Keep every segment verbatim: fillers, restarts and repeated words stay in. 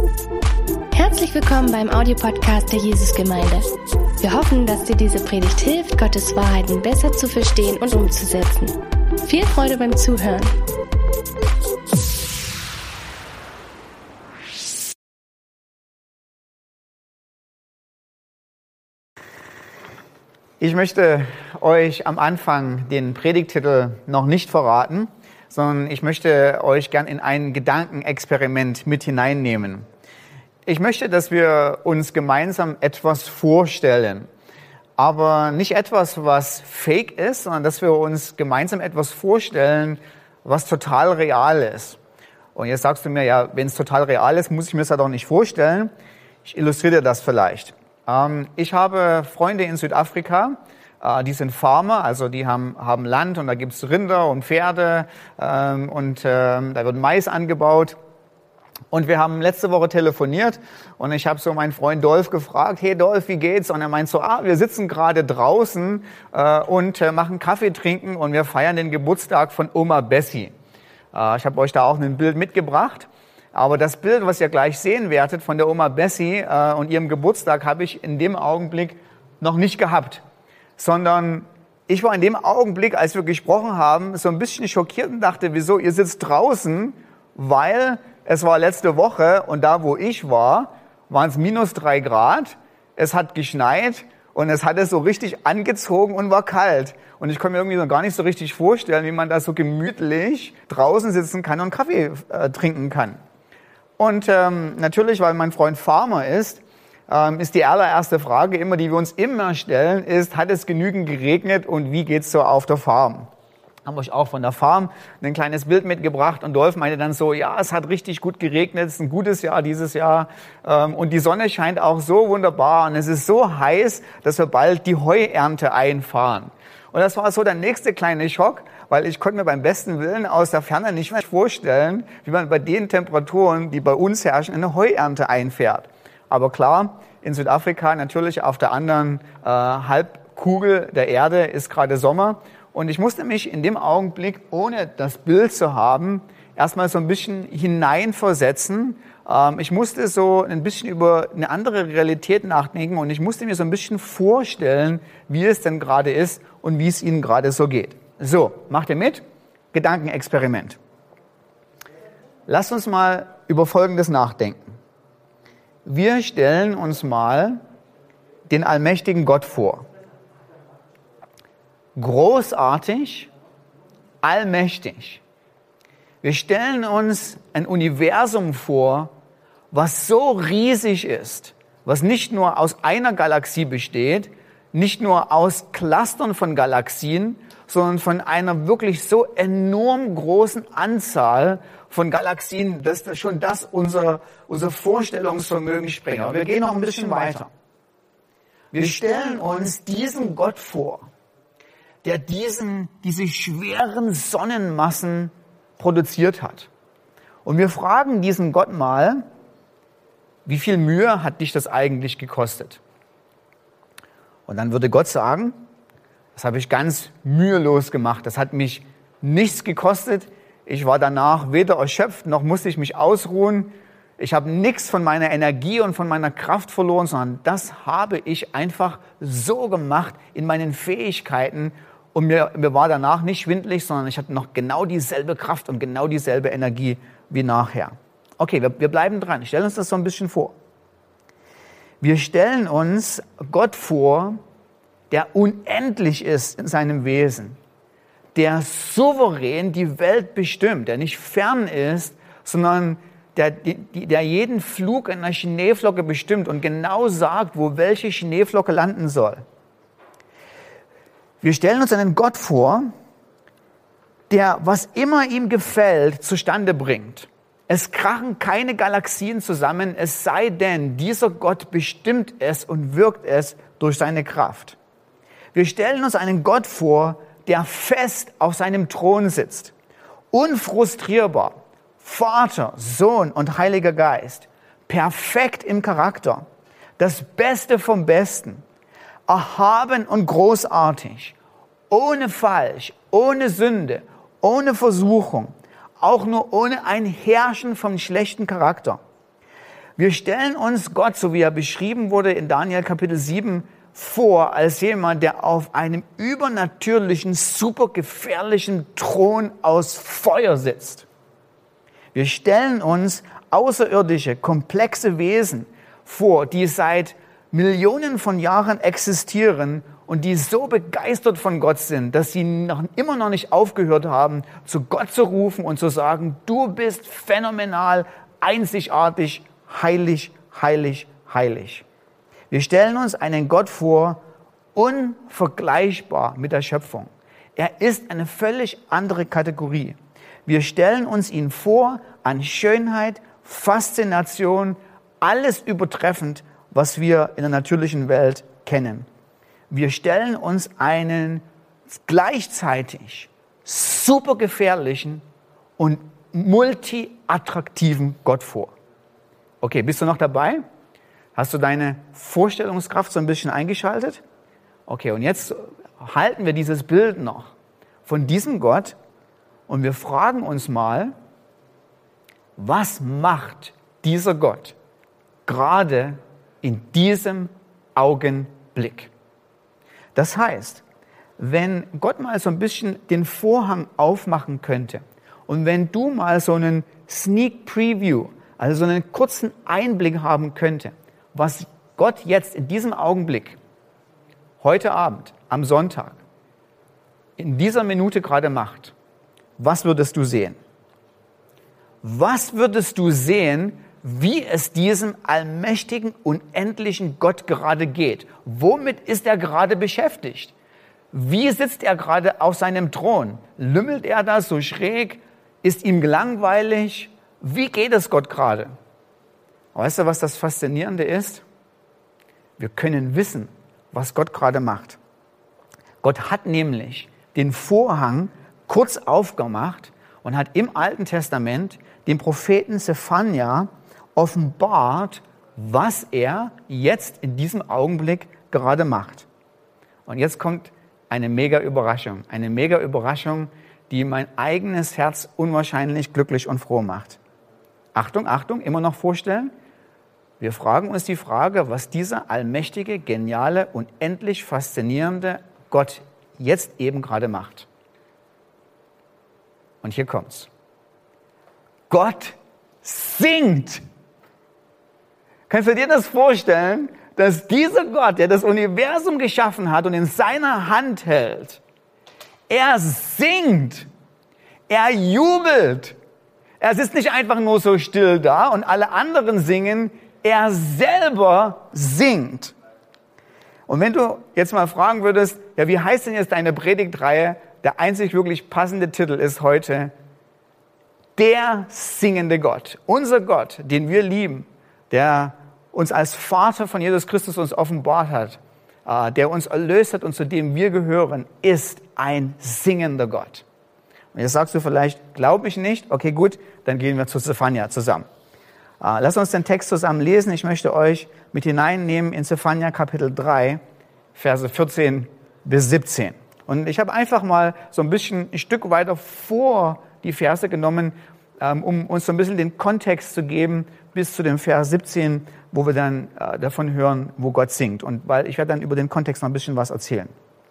Herzlich willkommen beim Audiopodcast der Jesusgemeinde. Wir hoffen, dass dir diese Predigt hilft, Gottes Wahrheiten besser zu verstehen und umzusetzen. Viel Freude beim Zuhören. Ich möchte euch am Anfang den Predigttitel noch nicht verraten, sondern ich möchte euch gern in ein Gedankenexperiment mit hineinnehmen. Ich möchte, dass wir uns gemeinsam etwas vorstellen, aber nicht etwas, was fake ist, sondern dass wir uns gemeinsam etwas vorstellen, was total real ist. Und jetzt sagst du mir, ja, wenn es total real ist, muss ich mir das ja doch nicht vorstellen. Ich illustriere dir das vielleicht. Ich habe Freunde in Südafrika, die sind Farmer, also die haben, haben Land und da gibt's Rinder und Pferde und da wird Mais angebaut. Und wir haben letzte Woche telefoniert und ich habe so meinen Freund Dolf gefragt, hey Dolf, wie geht's? Und er meint so, ah, wir sitzen gerade draußen und machen Kaffee trinken und wir feiern den Geburtstag von Oma Bessie. Ich habe euch da auch ein Bild mitgebracht. Aber das Bild, was ihr gleich sehen werdet von der Oma Bessie äh, und ihrem Geburtstag, habe ich in dem Augenblick noch nicht gehabt. Sondern ich war in dem Augenblick, als wir gesprochen haben, so ein bisschen schockiert und dachte, wieso, ihr sitzt draußen, weil es war letzte Woche und da, wo ich war, waren es minus drei Grad, es hat geschneit und es hat es so richtig angezogen und war kalt. Und ich konnte mir irgendwie so gar nicht so richtig vorstellen, wie man da so gemütlich draußen sitzen kann und Kaffee äh, trinken kann. Und ähm, natürlich, weil mein Freund Farmer ist, ähm, ist die allererste Frage immer, die wir uns immer stellen, ist, hat es genügend geregnet und wie geht's so auf der Farm? Haben wir euch auch von der Farm ein kleines Bild mitgebracht und Dolf meinte dann so, ja, es hat richtig gut geregnet, es ist ein gutes Jahr dieses Jahr ähm, und die Sonne scheint auch so wunderbar und es ist so heiß, dass wir bald die Heuernte einfahren. Und das war so der nächste kleine Schock, weil ich konnte mir beim besten Willen aus der Ferne nicht mehr vorstellen, wie man bei den Temperaturen, die bei uns herrschen, eine Heuernte einfährt. Aber klar, in Südafrika natürlich auf der anderen äh, Halbkugel der Erde ist gerade Sommer. Und ich musste mich in dem Augenblick, ohne das Bild zu haben, erstmal so ein bisschen hineinversetzen. Ähm, ich musste so ein bisschen über eine andere Realität nachdenken und ich musste mir so ein bisschen vorstellen, wie es denn gerade ist und wie es Ihnen gerade so geht. So, macht ihr mit? Gedankenexperiment. Lasst uns mal über Folgendes nachdenken. Wir stellen uns mal den allmächtigen Gott vor. Großartig, allmächtig. Wir stellen uns ein Universum vor, was so riesig ist, was nicht nur aus einer Galaxie besteht, nicht nur aus Clustern von Galaxien, sondern von einer wirklich so enorm großen Anzahl von Galaxien, dass das schon das unser, unser Vorstellungsvermögen sprengt. Aber wir gehen noch ein bisschen weiter. Wir stellen uns diesen Gott vor, der diesen, diese schweren Sonnenmassen produziert hat. Und wir fragen diesen Gott mal, wie viel Mühe hat dich das eigentlich gekostet? Und dann würde Gott sagen, das habe ich ganz mühelos gemacht. Das hat mich nichts gekostet. Ich war danach weder erschöpft, noch musste ich mich ausruhen. Ich habe nichts von meiner Energie und von meiner Kraft verloren, sondern das habe ich einfach so gemacht in meinen Fähigkeiten. Und mir, mir war danach nicht schwindelig, sondern ich hatte noch genau dieselbe Kraft und genau dieselbe Energie wie nachher. Okay, wir, wir bleiben dran. Stellen uns das so ein bisschen vor. Wir stellen uns Gott vor, der unendlich ist in seinem Wesen, der souverän die Welt bestimmt, der nicht fern ist, sondern der, der jeden Flug einer Schneeflocke bestimmt und genau sagt, wo welche Schneeflocke landen soll. Wir stellen uns einen Gott vor, der, was immer ihm gefällt, zustande bringt. Es krachen keine Galaxien zusammen, es sei denn, dieser Gott bestimmt es und wirkt es durch seine Kraft. Wir stellen uns einen Gott vor, der fest auf seinem Thron sitzt, unfrustrierbar, Vater, Sohn und Heiliger Geist, perfekt im Charakter, das Beste vom Besten, erhaben und großartig, ohne Falsch, ohne Sünde, ohne Versuchung, auch nur ohne ein Herrschen vom schlechten Charakter. Wir stellen uns Gott, so wie er beschrieben wurde in Daniel Kapitel sieben, vor als jemand, der auf einem übernatürlichen, supergefährlichen Thron aus Feuer sitzt. Wir stellen uns außerirdische, komplexe Wesen vor, die seit Millionen von Jahren existieren und die so begeistert von Gott sind, dass sie noch, immer noch nicht aufgehört haben, zu Gott zu rufen und zu sagen, du bist phänomenal, einzigartig, heilig, heilig, heilig. Wir stellen uns einen Gott vor, unvergleichbar mit der Schöpfung. Er ist eine völlig andere Kategorie. Wir stellen uns ihn vor an Schönheit, Faszination, alles übertreffend, was wir in der natürlichen Welt kennen. Wir stellen uns einen gleichzeitig super gefährlichen und multi-attraktiven Gott vor. Okay, bist du noch dabei? Hast du deine Vorstellungskraft so ein bisschen eingeschaltet? Okay, und jetzt halten wir dieses Bild noch von diesem Gott und wir fragen uns mal, was macht dieser Gott gerade in diesem Augenblick? Das heißt, wenn Gott mal so ein bisschen den Vorhang aufmachen könnte und wenn du mal so einen Sneak Preview, also so einen kurzen Einblick haben könnte, was Gott jetzt in diesem Augenblick, heute Abend, am Sonntag, in dieser Minute gerade macht, was würdest du sehen? Was würdest du sehen, wie es diesem allmächtigen, unendlichen Gott gerade geht? Womit ist er gerade beschäftigt? Wie sitzt er gerade auf seinem Thron? Lümmelt er da so schräg? Ist ihm langweilig? Wie geht es Gott gerade? Weißt du, was das Faszinierende ist? Wir können wissen, was Gott gerade macht. Gott hat nämlich den Vorhang kurz aufgemacht und hat im Alten Testament dem Propheten Sephania offenbart, was er jetzt in diesem Augenblick gerade macht. Und jetzt kommt eine mega Überraschung. Eine mega Überraschung, die mein eigenes Herz unwahrscheinlich glücklich und froh macht. Achtung, Achtung, immer noch vorstellen. Wir fragen uns die Frage, was dieser allmächtige, geniale und endlich faszinierende Gott jetzt eben gerade macht. Und hier kommt's. Gott singt. Kannst du dir das vorstellen, dass dieser Gott, der das Universum geschaffen hat und in seiner Hand hält, er singt, er jubelt. Er sitzt nicht einfach nur so still da und alle anderen singen, er selber singt. Und wenn du jetzt mal fragen würdest, ja, wie heißt denn jetzt deine Predigtreihe? Der einzig wirklich passende Titel ist heute der singende Gott. Unser Gott, den wir lieben, der uns als Vater von Jesus Christus uns offenbart hat, der uns erlöst hat und zu dem wir gehören, ist ein singender Gott. Und jetzt sagst du vielleicht, glaube ich nicht. Okay, gut, dann gehen wir zu Sephania zusammen. Lass uns den Text zusammen lesen. Ich möchte euch mit hineinnehmen in Sephania Kapitel drei, Verse vierzehn bis siebzehn. Und ich habe einfach mal so ein bisschen ein Stück weiter vor die Verse genommen, um uns so ein bisschen den Kontext zu geben bis zu dem Vers siebzehn, wo wir dann davon hören, wo Gott singt. Und weil ich werde dann über den Kontext noch ein bisschen was erzählen.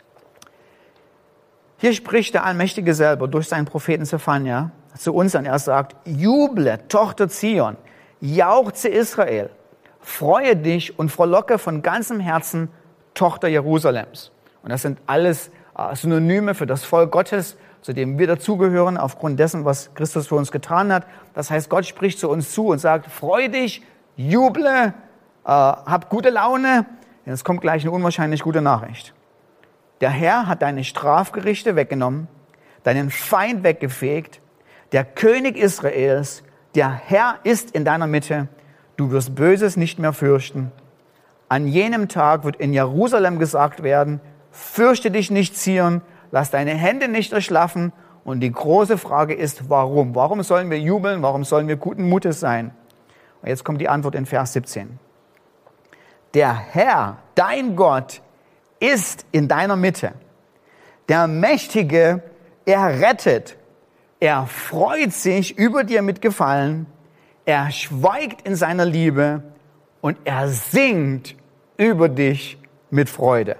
Hier spricht der Allmächtige selber durch seinen Propheten Sephania zu uns und er sagt, juble, Tochter Zion, jauchze Israel, freue dich und frohlocke von ganzem Herzen, Tochter Jerusalems. Und das sind alles äh, Synonyme für das Volk Gottes, zu dem wir dazugehören, aufgrund dessen, was Christus für uns getan hat. Das heißt, Gott spricht zu uns zu und sagt, freu dich, juble, äh, hab gute Laune. Denn es kommt gleich eine unwahrscheinlich gute Nachricht. Der Herr hat deine Strafgerichte weggenommen, deinen Feind weggefegt. Der König Israels, der Herr ist in deiner Mitte. Du wirst Böses nicht mehr fürchten. An jenem Tag wird in Jerusalem gesagt werden, fürchte dich nicht, Zion, lass deine Hände nicht erschlaffen. Und die große Frage ist, warum? Warum sollen wir jubeln? Warum sollen wir guten Mutes sein? Und jetzt kommt die Antwort in Vers siebzehn. Der Herr, dein Gott, ist in deiner Mitte. Der Mächtige, er rettet. Er freut sich über dir mit Gefallen. er schweigt in seiner Liebe und er singt über dich mit Freude.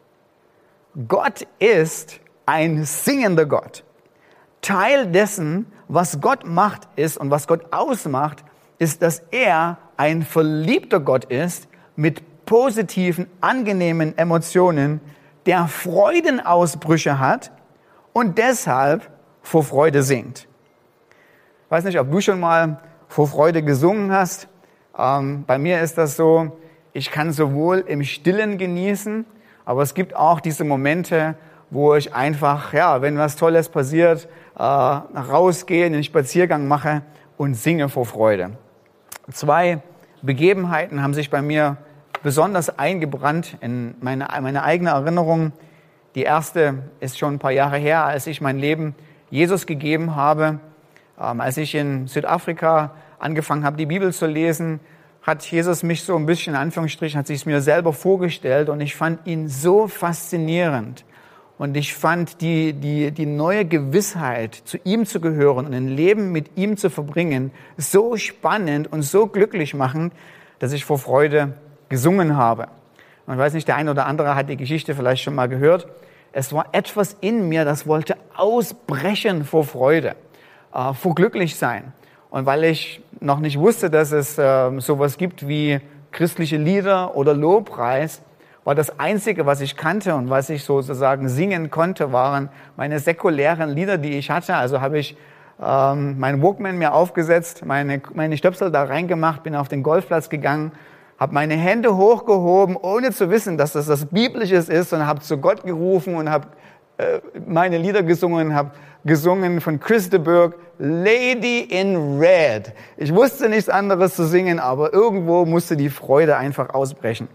Gott ist ein singender Gott. Teil dessen, was Gott macht ist und was Gott ausmacht, ist, dass er ein verliebter Gott ist mit positiven, angenehmen Emotionen, der Freudenausbrüche hat und deshalb vor Freude singt. Ich weiß nicht, ob du schon mal vor Freude gesungen hast. Ähm, bei mir ist das so, ich kann sowohl im Stillen genießen, aber es gibt auch diese Momente, wo ich einfach, ja, wenn was Tolles passiert, äh, rausgehe, einen Spaziergang mache und singe vor Freude. Zwei Begebenheiten haben sich bei mir besonders eingebrannt in meine, meine eigene Erinnerung. Die erste ist schon ein paar Jahre her, als ich mein Leben Jesus gegeben habe. Ähm, als ich in Südafrika angefangen habe, die Bibel zu lesen, hat Jesus mich so ein bisschen, in Anführungsstrichen, hat sich es mir selber vorgestellt und ich fand ihn so faszinierend. Und ich fand die, die, die neue Gewissheit, zu ihm zu gehören und ein Leben mit ihm zu verbringen, so spannend und so glücklich machend, dass ich vor Freude gesungen habe. Und ich weiß nicht, der eine oder andere hat die Geschichte vielleicht schon mal gehört. Es war etwas in mir, das wollte ausbrechen vor Freude, äh, vor Glücklichsein. Und weil ich noch nicht wusste, dass es äh, sowas gibt wie christliche Lieder oder Lobpreis, war das Einzige, was ich kannte und was ich sozusagen singen konnte, waren meine säkulären Lieder, die ich hatte. Also habe ich ähm, meinen Walkman mir aufgesetzt, meine, meine Stöpsel da reingemacht, bin auf den Golfplatz gegangen, habe meine Hände hochgehoben, ohne zu wissen, dass das was Biblisches ist, und habe zu Gott gerufen und habe äh, meine Lieder gesungen, habe gesungen von Chris de Burgh, Lady in Red. Ich wusste nichts anderes zu singen, aber irgendwo musste die Freude einfach ausbrechen.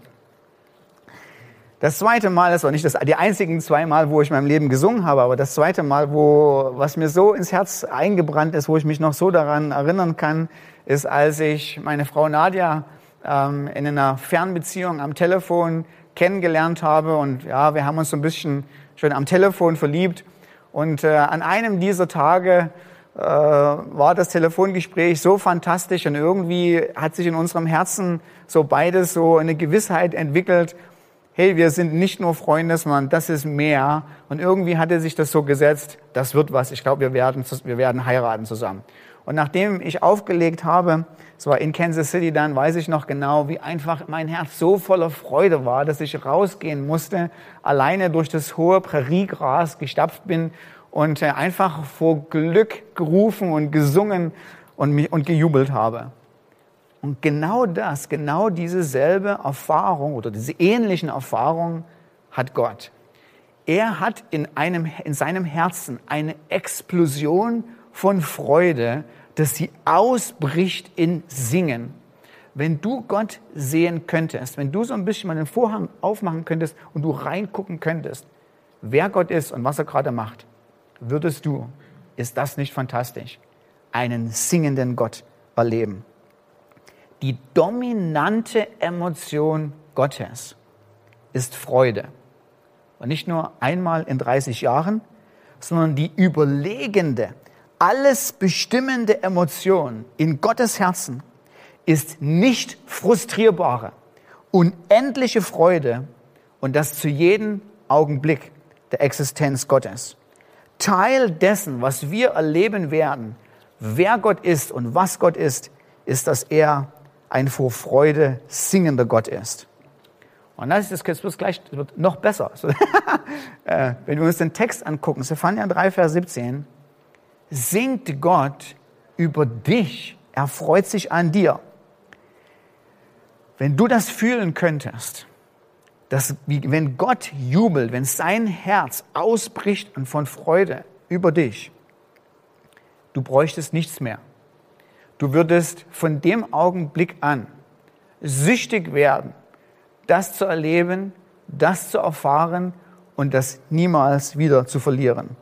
Das zweite Mal, das war nicht das, die einzigen zwei Mal, wo ich in meinem Leben gesungen habe, aber das zweite Mal, wo, was mir so ins Herz eingebrannt ist, wo ich mich noch so daran erinnern kann, ist, als ich meine Frau Nadja ähm, in einer Fernbeziehung am Telefon kennengelernt habe, und ja, wir haben uns so ein bisschen schon am Telefon verliebt, und äh, an einem dieser Tage äh, war das Telefongespräch so fantastisch und irgendwie hat sich in unserem Herzen so beides so eine Gewissheit entwickelt, hey, wir sind nicht nur Freunde, sondern das ist mehr. Und irgendwie hatte sich das so gesetzt, das wird was. Ich glaube, wir werden, wir werden heiraten zusammen. Und nachdem ich aufgelegt habe, es war in Kansas City, dann weiß ich noch genau, wie einfach mein Herz so voller Freude war, dass ich rausgehen musste, alleine durch das hohe Präriegras gestapft bin und einfach vor Glück gerufen und gesungen und, mich, und gejubelt habe. Und genau das, genau diese selbe Erfahrung oder diese ähnlichen Erfahrungen hat Gott. Er hat in, einem, in seinem Herzen eine Explosion von Freude, dass sie ausbricht in Singen. Wenn du Gott sehen könntest, wenn du so ein bisschen mal den Vorhang aufmachen könntest und du reingucken könntest, wer Gott ist und was er gerade macht, würdest du, ist das nicht fantastisch, einen singenden Gott erleben. Die dominante Emotion Gottes ist Freude. Und nicht nur einmal in dreißig Jahren, sondern die überlegende, alles bestimmende Emotion in Gottes Herzen ist nicht frustrierbare, unendliche Freude, und das zu jedem Augenblick der Existenz Gottes. Teil dessen, was wir erleben werden, wer Gott ist und was Gott ist, ist, dass er ein vor Freude singender Gott ist. Und das ist jetzt gleich das wird noch besser. Wenn wir uns den Text angucken, Zephania drei, Vers siebzehn, singt Gott über dich, er freut sich an dir. Wenn du das fühlen könntest, dass, wenn Gott jubelt, wenn sein Herz ausbricht und von Freude über dich, du bräuchtest nichts mehr. Du würdest von dem Augenblick an süchtig werden, das zu erleben, das zu erfahren und das niemals wieder zu verlieren.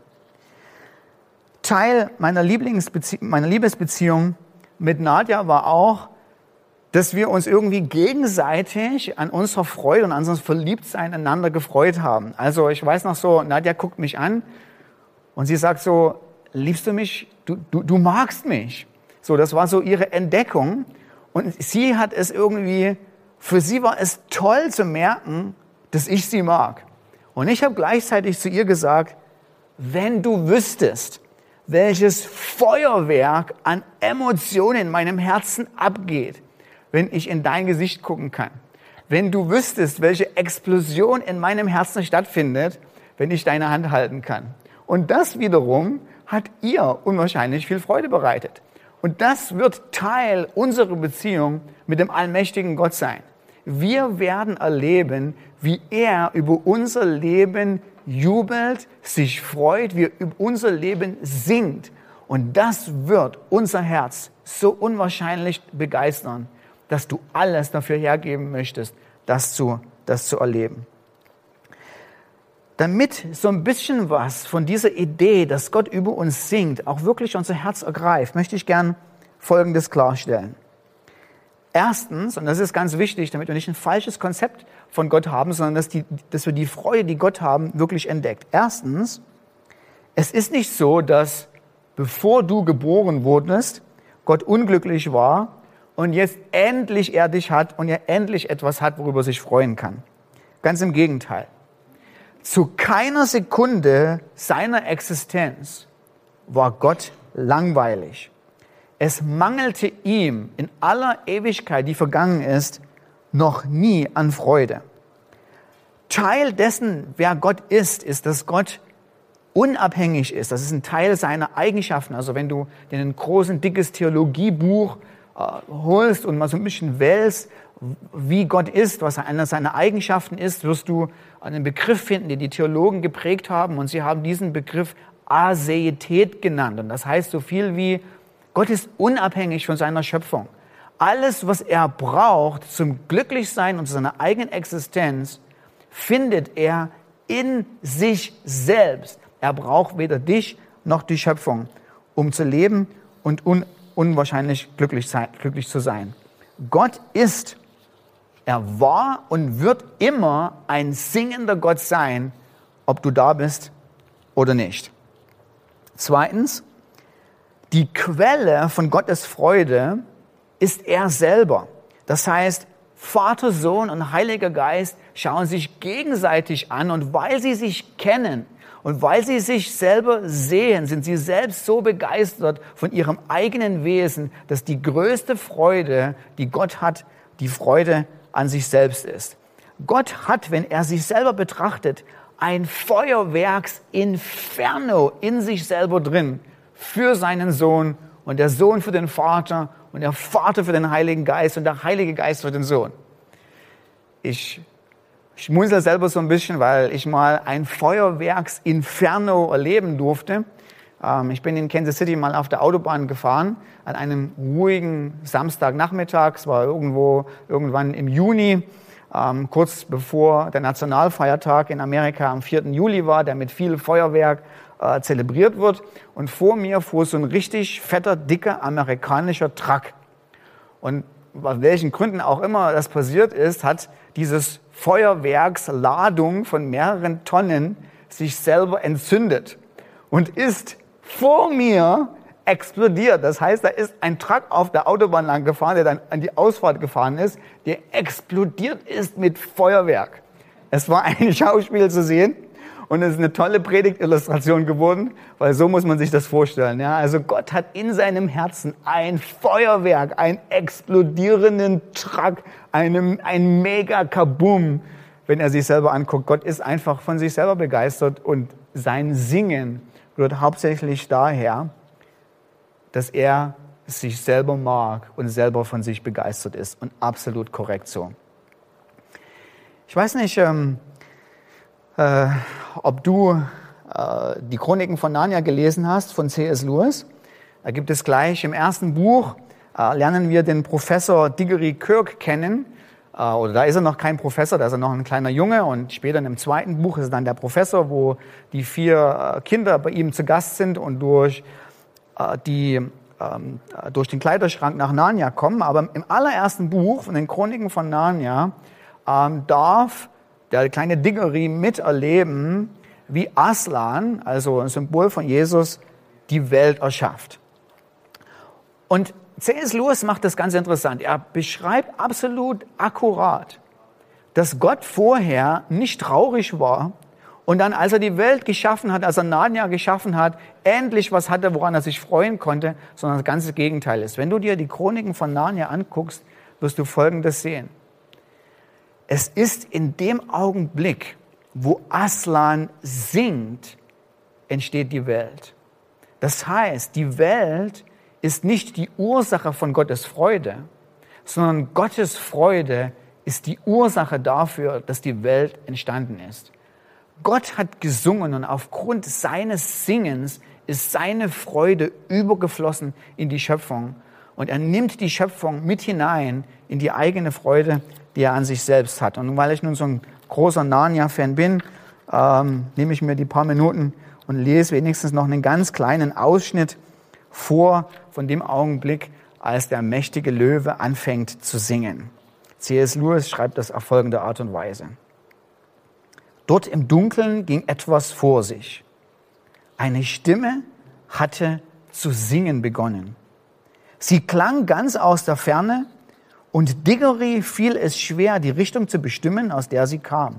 Teil meiner, Lieblingsbezie- meiner Liebesbeziehung mit Nadja war auch, dass wir uns irgendwie gegenseitig an unserer Freude und an unserem Verliebtsein einander gefreut haben. Also ich weiß noch so, Nadja guckt mich an und sie sagt so, liebst du mich? Du, du, du magst mich. So, das war so ihre Entdeckung. Und sie hat es irgendwie, für sie war es toll zu merken, dass ich sie mag. Und ich habe gleichzeitig zu ihr gesagt, wenn du wüsstest, welches Feuerwerk an Emotionen in meinem Herzen abgeht, wenn ich in dein Gesicht gucken kann. Wenn du wüsstest, welche Explosion in meinem Herzen stattfindet, wenn ich deine Hand halten kann. Und das wiederum hat ihr unwahrscheinlich viel Freude bereitet. Und das wird Teil unserer Beziehung mit dem allmächtigen Gott sein. Wir werden erleben, wie er über unser Leben jubelt, sich freut, wie er über unser Leben singt. Und das wird unser Herz so unwahrscheinlich begeistern, dass du alles dafür hergeben möchtest, das zu, das zu erleben. Damit so ein bisschen was von dieser Idee, dass Gott über uns singt, auch wirklich unser Herz ergreift, möchte ich gern Folgendes klarstellen. Erstens, und das ist ganz wichtig, damit wir nicht ein falsches Konzept von Gott haben, sondern dass, die, dass wir die Freude, die Gott haben, wirklich entdeckt. Erstens, es ist nicht so, dass bevor du geboren wurdest, Gott unglücklich war und jetzt endlich er dich hat und er endlich etwas hat, worüber er sich freuen kann. Ganz im Gegenteil. Zu keiner Sekunde seiner Existenz war Gott langweilig. Es mangelte ihm in aller Ewigkeit, die vergangen ist, noch nie an Freude. Teil dessen, wer Gott ist, ist, dass Gott unabhängig ist. Das ist ein Teil seiner Eigenschaften. Also wenn du dir ein großes, dickes Theologiebuch äh, holst und mal so ein bisschen wälzt, wie Gott ist, was einer seiner Eigenschaften ist, wirst du einen Begriff finden, den die Theologen geprägt haben. Und sie haben diesen Begriff Aseität genannt. Und das heißt so viel wie, Gott ist unabhängig von seiner Schöpfung. Alles, was er braucht zum Glücklichsein und zu seiner eigenen Existenz, findet er in sich selbst. Er braucht weder dich noch die Schöpfung, um zu leben und un- unwahrscheinlich glücklich, sein, glücklich zu sein. Gott ist, er war und wird immer ein singender Gott sein, ob du da bist oder nicht. Zweitens, die Quelle von Gottes Freude ist er selber. Das heißt, Vater, Sohn und Heiliger Geist schauen sich gegenseitig an und weil sie sich kennen und weil sie sich selber sehen, sind sie selbst so begeistert von ihrem eigenen Wesen, dass die größte Freude, die Gott hat, die Freude an sich selbst ist. Gott hat, wenn er sich selber betrachtet, ein Feuerwerksinferno in sich selber drin für seinen Sohn und der Sohn für den Vater und der Vater für den Heiligen Geist und der Heilige Geist für den Sohn. Ich schmunzel selber so ein bisschen, weil ich mal ein Feuerwerksinferno erleben durfte. Ich bin in Kansas City mal auf der Autobahn gefahren, an einem ruhigen Samstagnachmittag. Es war irgendwo, irgendwann im Juni, ähm, kurz bevor der Nationalfeiertag in Amerika am vierten Juli war, der mit viel Feuerwerk äh, zelebriert wird. Und vor mir fuhr so ein richtig fetter, dicker amerikanischer Truck. Und aus welchen Gründen auch immer das passiert ist, hat dieses Feuerwerksladung von mehreren Tonnen sich selber entzündet und ist vor mir explodiert. Das heißt, da ist ein Truck auf der Autobahn lang gefahren, der dann an die Ausfahrt gefahren ist, der explodiert ist mit Feuerwerk. Es war ein Schauspiel zu sehen und es ist eine tolle Predigtillustration geworden, weil so muss man sich das vorstellen. Ja, also Gott hat in seinem Herzen ein Feuerwerk, einen explodierenden Truck, einem, ein Mega-Kabum, wenn er sich selber anguckt. Gott ist einfach von sich selber begeistert und sein Singen rührt hauptsächlich daher, dass er sich selber mag und selber von sich begeistert ist und absolut korrekt so. Ich weiß nicht, ähm, äh, ob du äh, die Chroniken von Narnia gelesen hast von C S Lewis. Da gibt es gleich im ersten Buch, äh, lernen wir den Professor Diggory Kirk kennen. Äh, oder da ist er noch kein Professor, da ist er noch ein kleiner Junge. Und später in dem zweiten Buch ist er dann der Professor, wo die vier äh, Kinder bei ihm zu Gast sind und durch die ähm, durch den Kleiderschrank nach Narnia kommen. Aber im allerersten Buch von den Chroniken von Narnia ähm, darf der kleine Diggory miterleben, wie Aslan, also ein Symbol von Jesus, die Welt erschafft. Und C S Lewis macht das ganz interessant. Er beschreibt absolut akkurat, dass Gott vorher nicht traurig war und dann, als er die Welt geschaffen hat, als er Narnia geschaffen hat, endlich was hatte, woran er sich freuen konnte, sondern das ganze Gegenteil ist. Wenn du dir die Chroniken von Narnia anguckst, wirst du Folgendes sehen. Es ist in dem Augenblick, wo Aslan singt, entsteht die Welt. Das heißt, die Welt ist nicht die Ursache von Gottes Freude, sondern Gottes Freude ist die Ursache dafür, dass die Welt entstanden ist. Gott hat gesungen und aufgrund seines Singens ist seine Freude übergeflossen in die Schöpfung. Und er nimmt die Schöpfung mit hinein in die eigene Freude, die er an sich selbst hat. Und weil ich nun so ein großer Narnia-Fan bin, ähm, nehme ich mir die paar Minuten und lese wenigstens noch einen ganz kleinen Ausschnitt vor von dem Augenblick, als der mächtige Löwe anfängt zu singen. C S Lewis schreibt das auf folgende Art und Weise. Dort im Dunkeln ging etwas vor sich. Eine Stimme hatte zu singen begonnen. Sie klang ganz aus der Ferne und Diggory fiel es schwer, die Richtung zu bestimmen, aus der sie kam.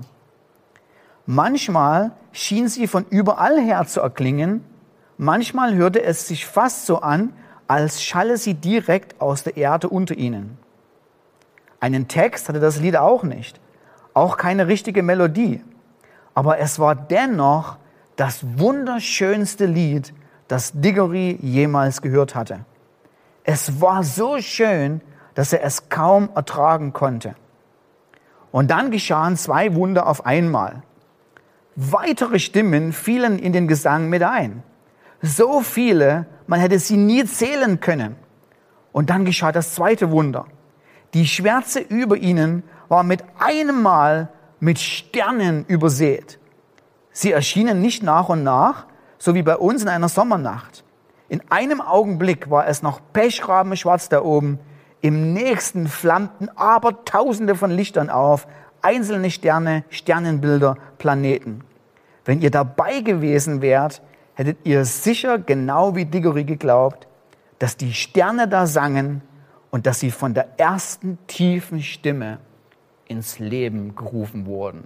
Manchmal schien sie von überall her zu erklingen, manchmal hörte es sich fast so an, als schalle sie direkt aus der Erde unter ihnen. Einen Text hatte das Lied auch nicht, auch keine richtige Melodie. Aber es war dennoch das wunderschönste Lied, das Diggory jemals gehört hatte. Es war so schön, dass er es kaum ertragen konnte. Und dann geschahen zwei Wunder auf einmal. Weitere Stimmen fielen in den Gesang mit ein. So viele, man hätte sie nie zählen können. Und dann geschah das zweite Wunder. Die Schwärze über ihnen war mit einem Mal mit Sternen übersät. Sie erschienen nicht nach und nach, so wie bei uns in einer Sommernacht. In einem Augenblick war es noch pechrabenschwarz da oben, im nächsten flammten aber Tausende von Lichtern auf, einzelne Sterne, Sternenbilder, Planeten. Wenn ihr dabei gewesen wärt, hättet ihr sicher genau wie Diggory geglaubt, dass die Sterne da sangen und dass sie von der ersten tiefen Stimme ins Leben gerufen wurden.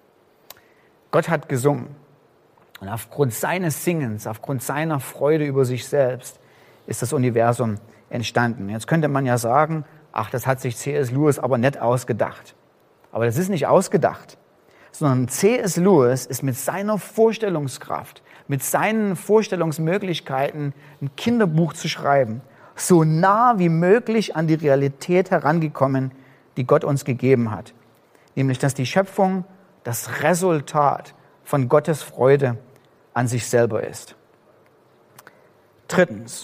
Gott hat gesungen und aufgrund seines Singens, aufgrund seiner Freude über sich selbst ist das Universum entstanden. Jetzt könnte man ja sagen, ach, das hat sich C S Lewis aber nicht ausgedacht. Aber das ist nicht ausgedacht, sondern C S Lewis ist mit seiner Vorstellungskraft, mit seinen Vorstellungsmöglichkeiten, ein Kinderbuch zu schreiben, so nah wie möglich an die Realität herangekommen, die Gott uns gegeben hat. Nämlich, dass die Schöpfung das Resultat von Gottes Freude an sich selber ist. Drittens.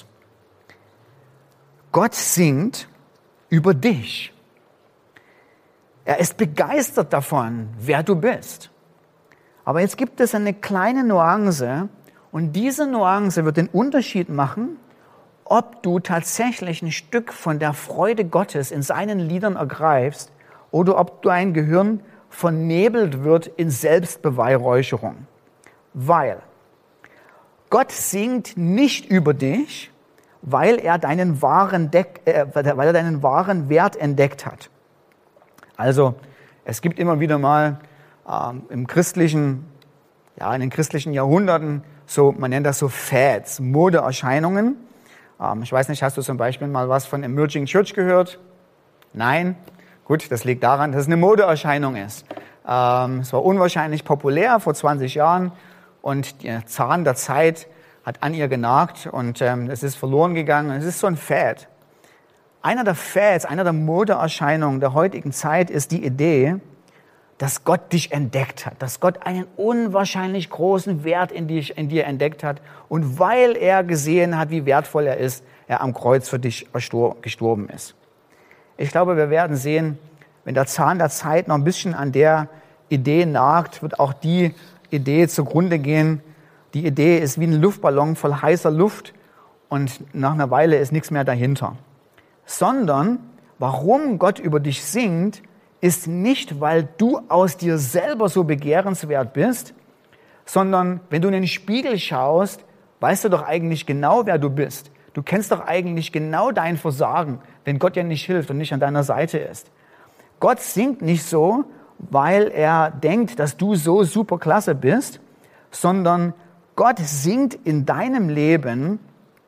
Gott singt über dich. Er ist begeistert davon, wer du bist. Aber jetzt gibt es eine kleine Nuance und diese Nuance wird den Unterschied machen, ob du tatsächlich ein Stück von der Freude Gottes in seinen Liedern ergreifst oder ob dein Gehirn vernebelt wird in Selbstbeweihräucherung. Weil Gott singt nicht über dich, weil er deinen wahren, Deck, äh, weil er deinen wahren Wert entdeckt hat. Also es gibt immer wieder mal ähm, im christlichen, ja, in den christlichen Jahrhunderten so, man nennt das so Fads, Modeerscheinungen. Ähm, ich weiß nicht, hast du zum Beispiel mal was von Emerging Church gehört? Nein? Gut, das liegt daran, dass es eine Modeerscheinung ist. Ähm, es war unwahrscheinlich populär vor zwanzig Jahren und der Zahn der Zeit hat an ihr genagt und ähm, es ist verloren gegangen. Es ist so ein Fad. Einer der Fads, einer der Modeerscheinungen der heutigen Zeit ist die Idee, dass Gott dich entdeckt hat, dass Gott einen unwahrscheinlich großen Wert in, dich, in dir entdeckt hat und weil er gesehen hat, wie wertvoll er ist, er am Kreuz für dich gestorben ist. Ich glaube, wir werden sehen, wenn der Zahn der Zeit noch ein bisschen an der Idee nagt, wird auch die Idee zugrunde gehen. Die Idee ist wie ein Luftballon voll heißer Luft und nach einer Weile ist nichts mehr dahinter. Sondern, warum Gott über dich singt, ist nicht, weil du aus dir selber so begehrenswert bist, sondern wenn du in den Spiegel schaust, weißt du doch eigentlich genau, wer du bist. Du kennst doch eigentlich genau dein Versagen, wenn Gott dir nicht hilft und nicht an deiner Seite ist. Gott singt nicht so, weil er denkt, dass du so super klasse bist, sondern Gott singt in deinem Leben,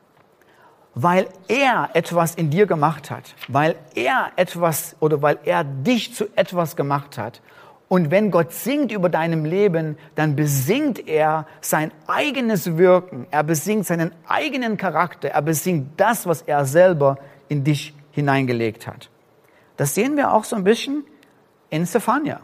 weil er etwas in dir gemacht hat, weil er etwas oder weil er dich zu etwas gemacht hat. Und wenn Gott singt über deinem Leben, dann besingt er sein eigenes Wirken, er besingt seinen eigenen Charakter, er besingt das, was er selber in dich hineingelegt hat. Das sehen wir auch so ein bisschen in Sephania.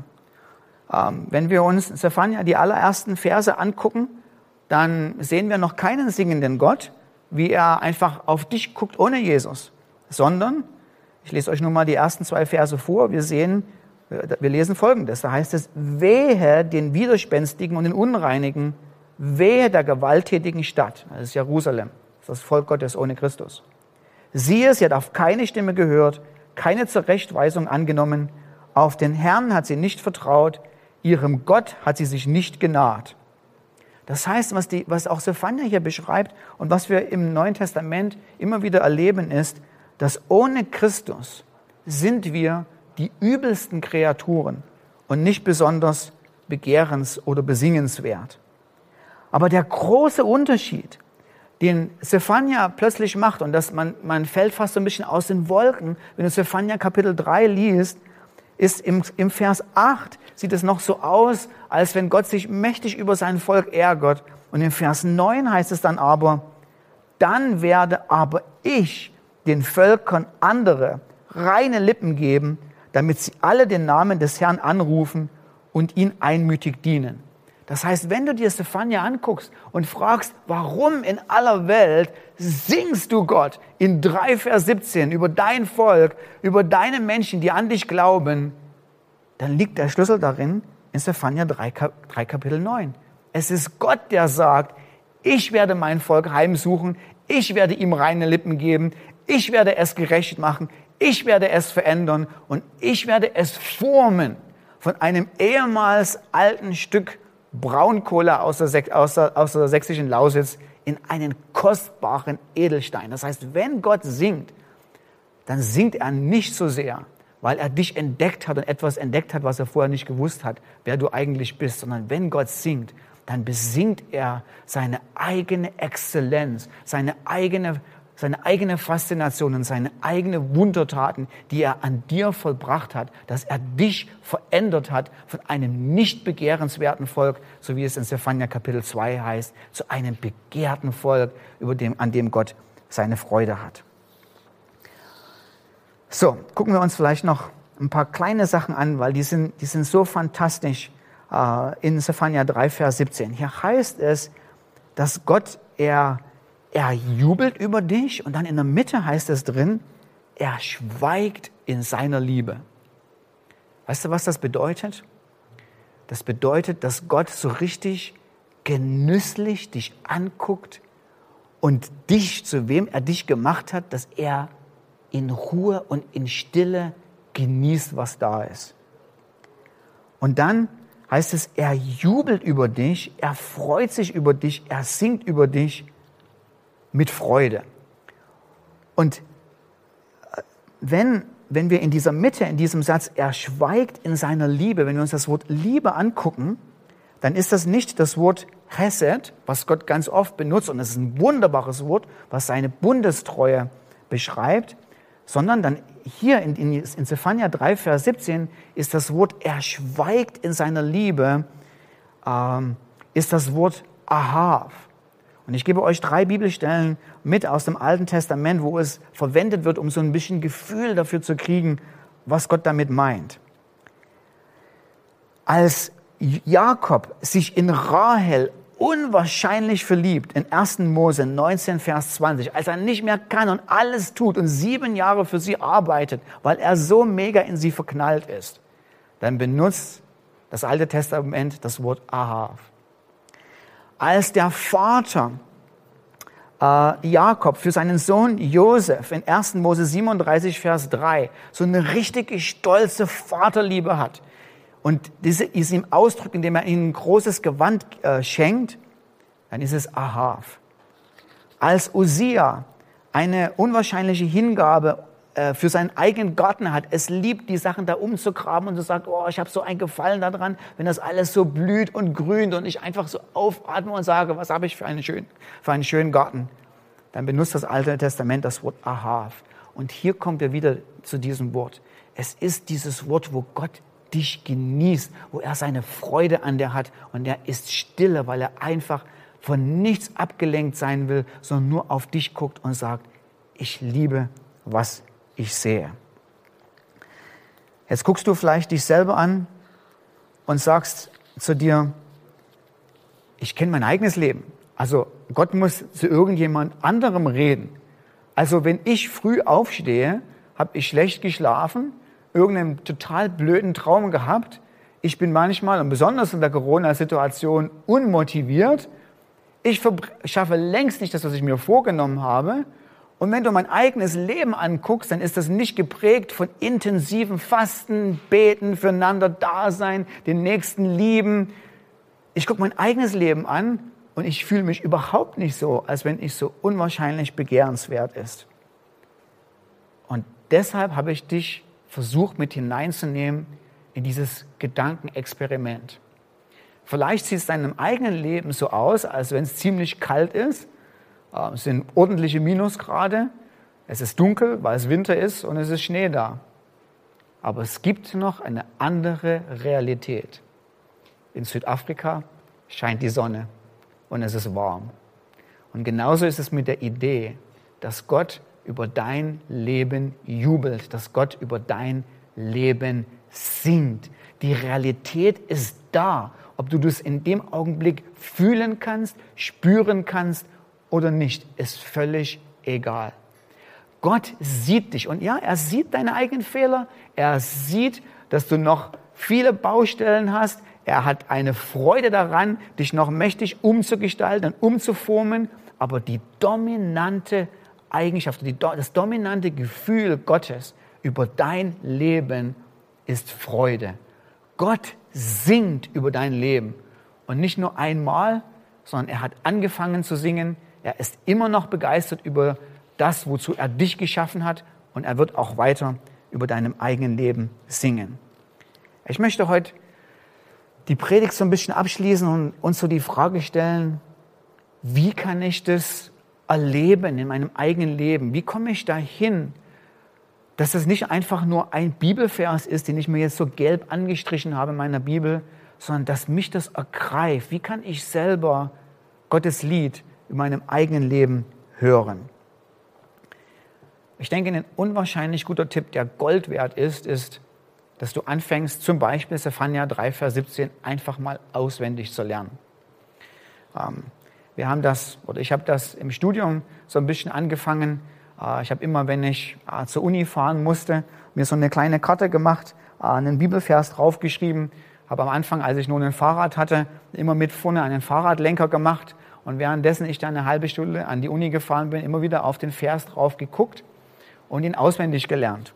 Ähm, wenn wir uns in Sephania die allerersten Verse angucken, dann sehen wir noch keinen singenden Gott, wie er einfach auf dich guckt ohne Jesus, sondern, ich lese euch nur mal die ersten zwei Verse vor, wir sehen, wir lesen Folgendes, da heißt es, wehe den Widerspenstigen und den Unreinigen, wehe der gewalttätigen Stadt, das ist Jerusalem, das ist das Volk Gottes ohne Christus. Siehe, sie hat auf keine Stimme gehört, keine Zurechtweisung angenommen, auf den Herrn hat sie nicht vertraut, ihrem Gott hat sie sich nicht genaht. Das heißt, was, die, was auch Sephania hier beschreibt und was wir im Neuen Testament immer wieder erleben, ist, dass ohne Christus sind wir die übelsten Kreaturen und nicht besonders begehrens- oder besingenswert. Aber der große Unterschied, den Sephania plötzlich macht, und das, man, man fällt fast so ein bisschen aus den Wolken, wenn du Sephania Kapitel drei liest, ist im, im Vers acht sieht es noch so aus, als wenn Gott sich mächtig über sein Volk ärgert. Und im Vers neun heißt es dann aber, dann werde aber ich den Völkern andere, reine Lippen geben, damit sie alle den Namen des Herrn anrufen und ihn einmütig dienen. Das heißt, wenn du dir Sephania anguckst und fragst, warum in aller Welt singst du Gott in drei Vers siebzehn über dein Volk, über deine Menschen, die an dich glauben, dann liegt der Schlüssel darin in Sephania drei, Kapitel neun. Es ist Gott, der sagt, ich werde mein Volk heimsuchen, ich werde ihm reine Lippen geben, ich werde es gerecht machen, ich werde es verändern und ich werde es formen von einem ehemals alten Stück Braunkohle aus der, aus, der, aus der sächsischen Lausitz in einen kostbaren Edelstein. Das heißt, wenn Gott singt, dann singt er nicht so sehr, weil er dich entdeckt hat und etwas entdeckt hat, was er vorher nicht gewusst hat, wer du eigentlich bist, sondern wenn Gott singt, dann besingt er seine eigene Exzellenz, seine eigene seine eigene Faszination und seine eigene Wundertaten, die er an dir vollbracht hat, dass er dich verändert hat von einem nicht begehrenswerten Volk, so wie es in Sephania Kapitel zwei heißt, zu einem begehrten Volk, über dem, an dem Gott seine Freude hat. So, gucken wir uns vielleicht noch ein paar kleine Sachen an, weil die sind, die sind so fantastisch äh, in Sephania drei, Vers siebzehn. Hier heißt es, dass Gott, er Er jubelt über dich und dann in der Mitte heißt es drin, er schweigt in seiner Liebe. Weißt du, was das bedeutet? Das bedeutet, dass Gott so richtig genüsslich dich anguckt und dich, zu wem er dich gemacht hat, dass er in Ruhe und in Stille genießt, was da ist. Und dann heißt es, er jubelt über dich, er freut sich über dich, er singt über dich, mit Freude. Und wenn, wenn wir in dieser Mitte, in diesem Satz, er schweigt in seiner Liebe, wenn wir uns das Wort Liebe angucken, dann ist das nicht das Wort Chesed, was Gott ganz oft benutzt, und das ist ein wunderbares Wort, was seine Bundestreue beschreibt, sondern dann hier in, in, in Sephania drei, Vers siebzehn ist das Wort, er schweigt in seiner Liebe, ähm, ist das Wort Ahav. Und ich gebe euch drei Bibelstellen mit aus dem Alten Testament, wo es verwendet wird, um so ein bisschen Gefühl dafür zu kriegen, was Gott damit meint. Als Jakob sich in Rahel unwahrscheinlich verliebt, in ersten Mose neunzehn, Vers zwanzig, als er nicht mehr kann und alles tut und sieben Jahre für sie arbeitet, weil er so mega in sie verknallt ist, dann benutzt das Alte Testament das Wort Ahav. Als der Vater äh, Jakob für seinen Sohn Josef in ersten Mose siebenunddreißig, Vers drei so eine richtige stolze Vaterliebe hat und diese ist ihm ausdrückt, indem er ihnen ein großes Gewand äh, schenkt, dann ist es Ahav. Als Usia eine unwahrscheinliche Hingabe äh, für seinen eigenen Garten hat. Es liebt, die Sachen da umzugraben und so sagt, oh, ich habe so einen Gefallen daran, wenn das alles so blüht und grünt und ich einfach so aufatme und sage, was habe ich für einen schönen, für einen schönen Garten. Dann benutzt das Alte Testament das Wort Ahav. Und hier kommen wir wieder zu diesem Wort. Es ist dieses Wort, wo Gott dich genießt, wo er seine Freude an dir hat. Und er ist stille, weil er einfach von nichts abgelenkt sein will, sondern nur auf dich guckt und sagt, ich liebe, was ich sehe. Jetzt guckst du vielleicht dich selber an und sagst zu dir, ich kenne mein eigenes Leben. Also Gott muss zu irgendjemand anderem reden. Also wenn ich früh aufstehe, habe ich schlecht geschlafen, irgendeinen total blöden Traum gehabt. Ich bin manchmal, und besonders in der Corona-Situation, unmotiviert. Ich schaffe längst nicht das, was ich mir vorgenommen habe. Und wenn du mein eigenes Leben anguckst, dann ist das nicht geprägt von intensivem Fasten, Beten, füreinander Dasein, den Nächsten lieben. Ich gucke mein eigenes Leben an und ich fühle mich überhaupt nicht so, als wenn ich so unwahrscheinlich begehrenswert ist. Und deshalb habe ich dich versucht, mit hineinzunehmen in dieses Gedankenexperiment. Vielleicht sieht es in deinem eigenen Leben so aus, als wenn es ziemlich kalt ist. Es sind ordentliche Minusgrade. Es ist dunkel, weil es Winter ist und es ist Schnee da. Aber es gibt noch eine andere Realität. In Südafrika scheint die Sonne und es ist warm. Und genauso ist es mit der Idee, dass Gott über dein Leben jubelt, dass Gott über dein Leben singt. Die Realität ist da, ob du das in dem Augenblick fühlen kannst, spüren kannst oder nicht, ist völlig egal. Gott sieht dich und ja, er sieht deine eigenen Fehler, er sieht, dass du noch viele Baustellen hast, er hat eine Freude daran, dich noch mächtig umzugestalten und umzuformen, aber die dominante Eigenschaft, die, das dominante Gefühl Gottes über dein Leben ist Freude. Gott singt über dein Leben und nicht nur einmal, sondern er hat angefangen zu singen. Er ist immer noch begeistert über das, wozu er dich geschaffen hat und er wird auch weiter über deinem eigenen Leben singen. Ich möchte heute die Predigt so ein bisschen abschließen und uns so die Frage stellen, wie kann ich das erleben in meinem eigenen Leben? Wie komme ich dahin, dass es nicht einfach nur ein Bibelvers ist, den ich mir jetzt so gelb angestrichen habe in meiner Bibel, sondern dass mich das ergreift. Wie kann ich selber Gottes Lied in meinem eigenen Leben hören? Ich denke, ein unwahrscheinlich guter Tipp, der Gold wert ist, ist, dass du anfängst, zum Beispiel Zephania drei, Vers siebzehn, einfach mal auswendig zu lernen. Ähm, Wir haben das, oder ich habe das im Studium so ein bisschen angefangen. Ich habe immer, wenn ich zur Uni fahren musste, mir so eine kleine Karte gemacht, einen Bibelvers draufgeschrieben, habe am Anfang, als ich nur ein Fahrrad hatte, immer mit vorne einen Fahrradlenker gemacht und währenddessen ich dann eine halbe Stunde an die Uni gefahren bin, immer wieder auf den Vers drauf geguckt und ihn auswendig gelernt.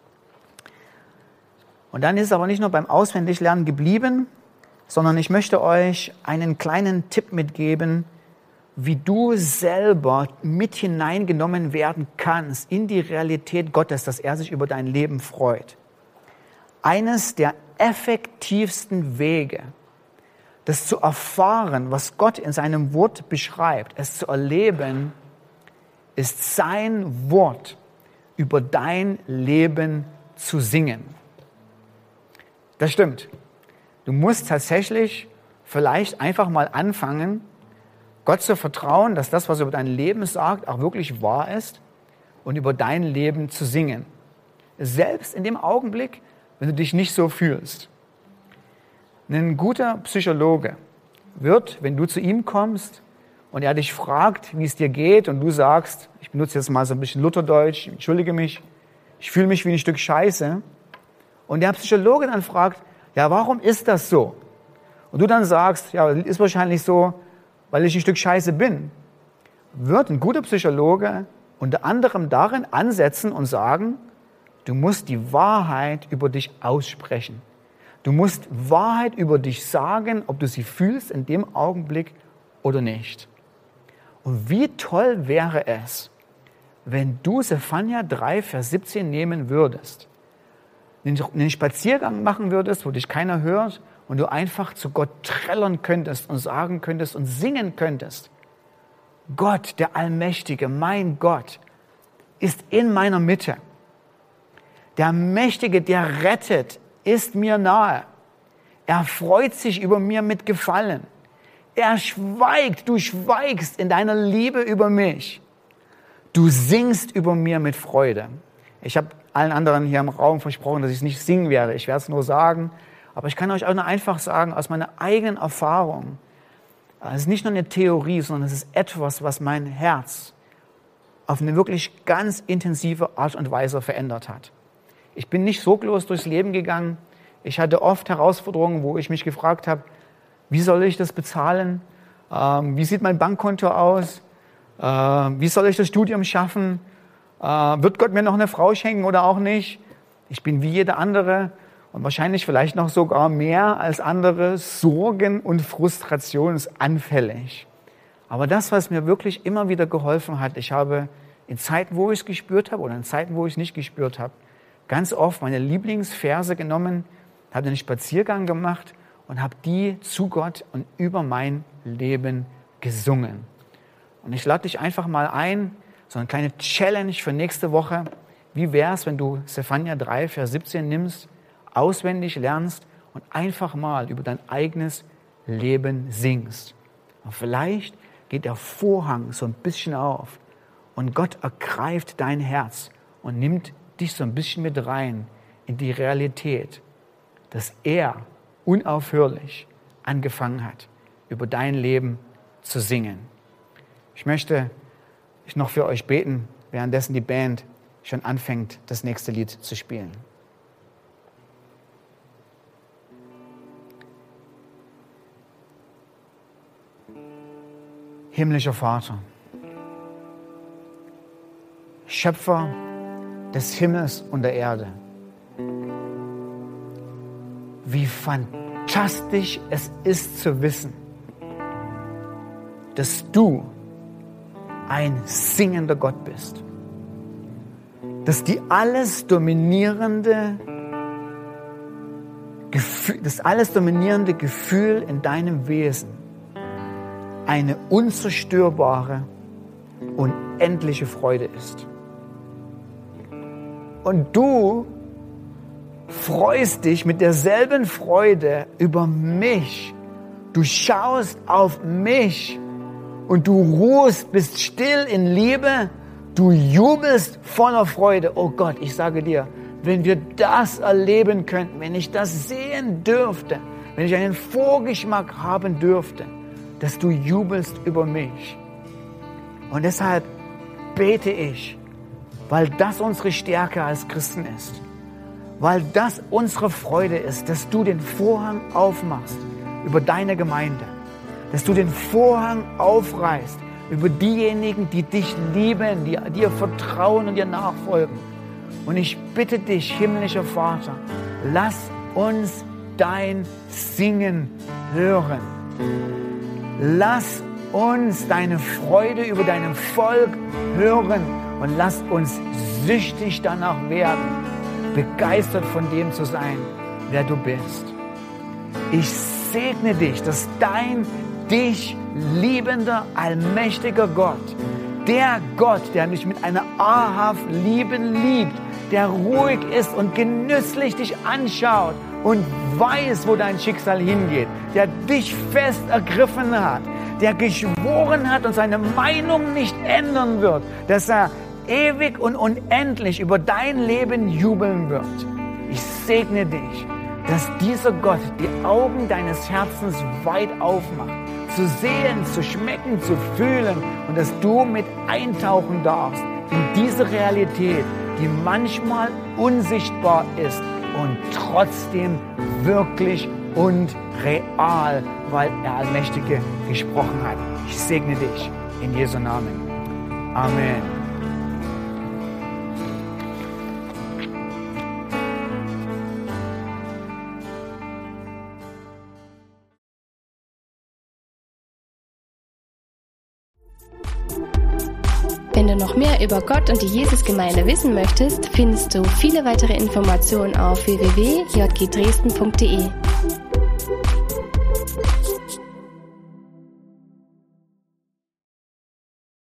Und dann ist es aber nicht nur beim Auswendiglernen geblieben, sondern ich möchte euch einen kleinen Tipp mitgeben, wie du selber mit hineingenommen werden kannst in die Realität Gottes, dass er sich über dein Leben freut. Eines der effektivsten Wege, das zu erfahren, was Gott in seinem Wort beschreibt, es zu erleben, ist sein Wort über dein Leben zu singen. Das stimmt. Du musst tatsächlich vielleicht einfach mal anfangen, Gott zu vertrauen, dass das, was er über dein Leben sagt, auch wirklich wahr ist und über dein Leben zu singen. Selbst in dem Augenblick, wenn du dich nicht so fühlst. Ein guter Psychologe wird, wenn du zu ihm kommst und er dich fragt, wie es dir geht und du sagst, ich benutze jetzt mal so ein bisschen Lutherdeutsch, entschuldige mich, ich fühle mich wie ein Stück Scheiße. Und der Psychologe dann fragt, ja, warum ist das so? Und du dann sagst, ja, ist wahrscheinlich so, weil ich ein Stück Scheiße bin, wird ein guter Psychologe unter anderem darin ansetzen und sagen, du musst die Wahrheit über dich aussprechen. Du musst Wahrheit über dich sagen, ob du sie fühlst in dem Augenblick oder nicht. Und wie toll wäre es, wenn du Sephania drei, Vers siebzehn nehmen würdest, einen Spaziergang machen würdest, wo dich keiner hört und du einfach zu Gott trällern könntest und sagen könntest und singen könntest, Gott, der Allmächtige, mein Gott, ist in meiner Mitte. Der Mächtige, der rettet, ist mir nahe. Er freut sich über mir mit Gefallen. Er schweigt, du schweigst in deiner Liebe über mich. Du singst über mir mit Freude. Ich habe allen anderen hier im Raum versprochen, dass ich es nicht singen werde. Ich werde es nur sagen. Aber ich kann euch auch nur einfach sagen, aus meiner eigenen Erfahrung, es ist nicht nur eine Theorie, sondern es ist etwas, was mein Herz auf eine wirklich ganz intensive Art und Weise verändert hat. Ich bin nicht sorglos durchs Leben gegangen. Ich hatte oft Herausforderungen, wo ich mich gefragt habe, wie soll ich das bezahlen? Ähm, wie sieht mein Bankkonto aus? Äh, wie soll ich das Studium schaffen? Äh, wird Gott mir noch eine Frau schenken oder auch nicht? Ich bin wie jeder andere und wahrscheinlich vielleicht noch sogar mehr als andere sorgen- und frustrationsanfällig. Aber das, was mir wirklich immer wieder geholfen hat, ich habe in Zeiten, wo ich es gespürt habe oder in Zeiten, wo ich es nicht gespürt habe, ganz oft meine Lieblingsverse genommen, habe einen Spaziergang gemacht und habe die zu Gott und über mein Leben gesungen. Und ich lade dich einfach mal ein, so eine kleine Challenge für nächste Woche. Wie wäre es, wenn du Sephania drei, Vers siebzehn nimmst, auswendig lernst und einfach mal über dein eigenes Leben singst? Und vielleicht geht der Vorhang so ein bisschen auf und Gott ergreift dein Herz und nimmt dich so ein bisschen mit rein in die Realität, dass er unaufhörlich angefangen hat, über dein Leben zu singen. Ich möchte noch für euch beten, währenddessen die Band schon anfängt, das nächste Lied zu spielen. Himmlischer Vater, Schöpfer des Himmels und der Erde, wie fantastisch es ist zu wissen, dass du ein singender Gott bist, dass die alles dominierende Gefühl, das alles dominierende Gefühl in deinem Wesen eine unzerstörbare, unendliche Freude ist. Und du freust dich mit derselben Freude über mich. Du schaust auf mich und du ruhst, bist still in Liebe. Du jubelst voller Freude. Oh Gott, ich sage dir, wenn wir das erleben könnten, wenn ich das sehen dürfte, wenn ich einen Vorgeschmack haben dürfte, dass du jubelst über mich. Und deshalb bete ich, weil das unsere Stärke als Christen ist, weil das unsere Freude ist, dass du den Vorhang aufmachst über deine Gemeinde, dass du den Vorhang aufreißt über diejenigen, die dich lieben, die dir vertrauen und dir nachfolgen. Und ich bitte dich, himmlischer Vater, lass uns dein Singen hören. Lass uns deine Freude über dein Volk hören und lass uns süchtig danach werden, begeistert von dem zu sein, wer du bist. Ich segne dich, dass dein dich liebender, allmächtiger Gott, der Gott, der mich mit einer wahrhaft Lieben liebt, der ruhig ist und genüsslich dich anschaut und weiß, wo dein Schicksal hingeht, der dich fest ergriffen hat, der geschworen hat und seine Meinung nicht ändern wird, dass er ewig und unendlich über dein Leben jubeln wird. Ich segne dich, dass dieser Gott die Augen deines Herzens weit aufmacht, zu sehen, zu schmecken, zu fühlen und dass du mit eintauchen darfst in diese Realität, die manchmal unsichtbar ist und trotzdem wirklich und real, weil er Allmächtige gesprochen hat. Ich segne dich in Jesu Namen. Amen. Wenn du noch mehr über Gott und die Jesusgemeinde wissen möchtest, findest du viele weitere Informationen auf w w w punkt j g dresden punkt d e.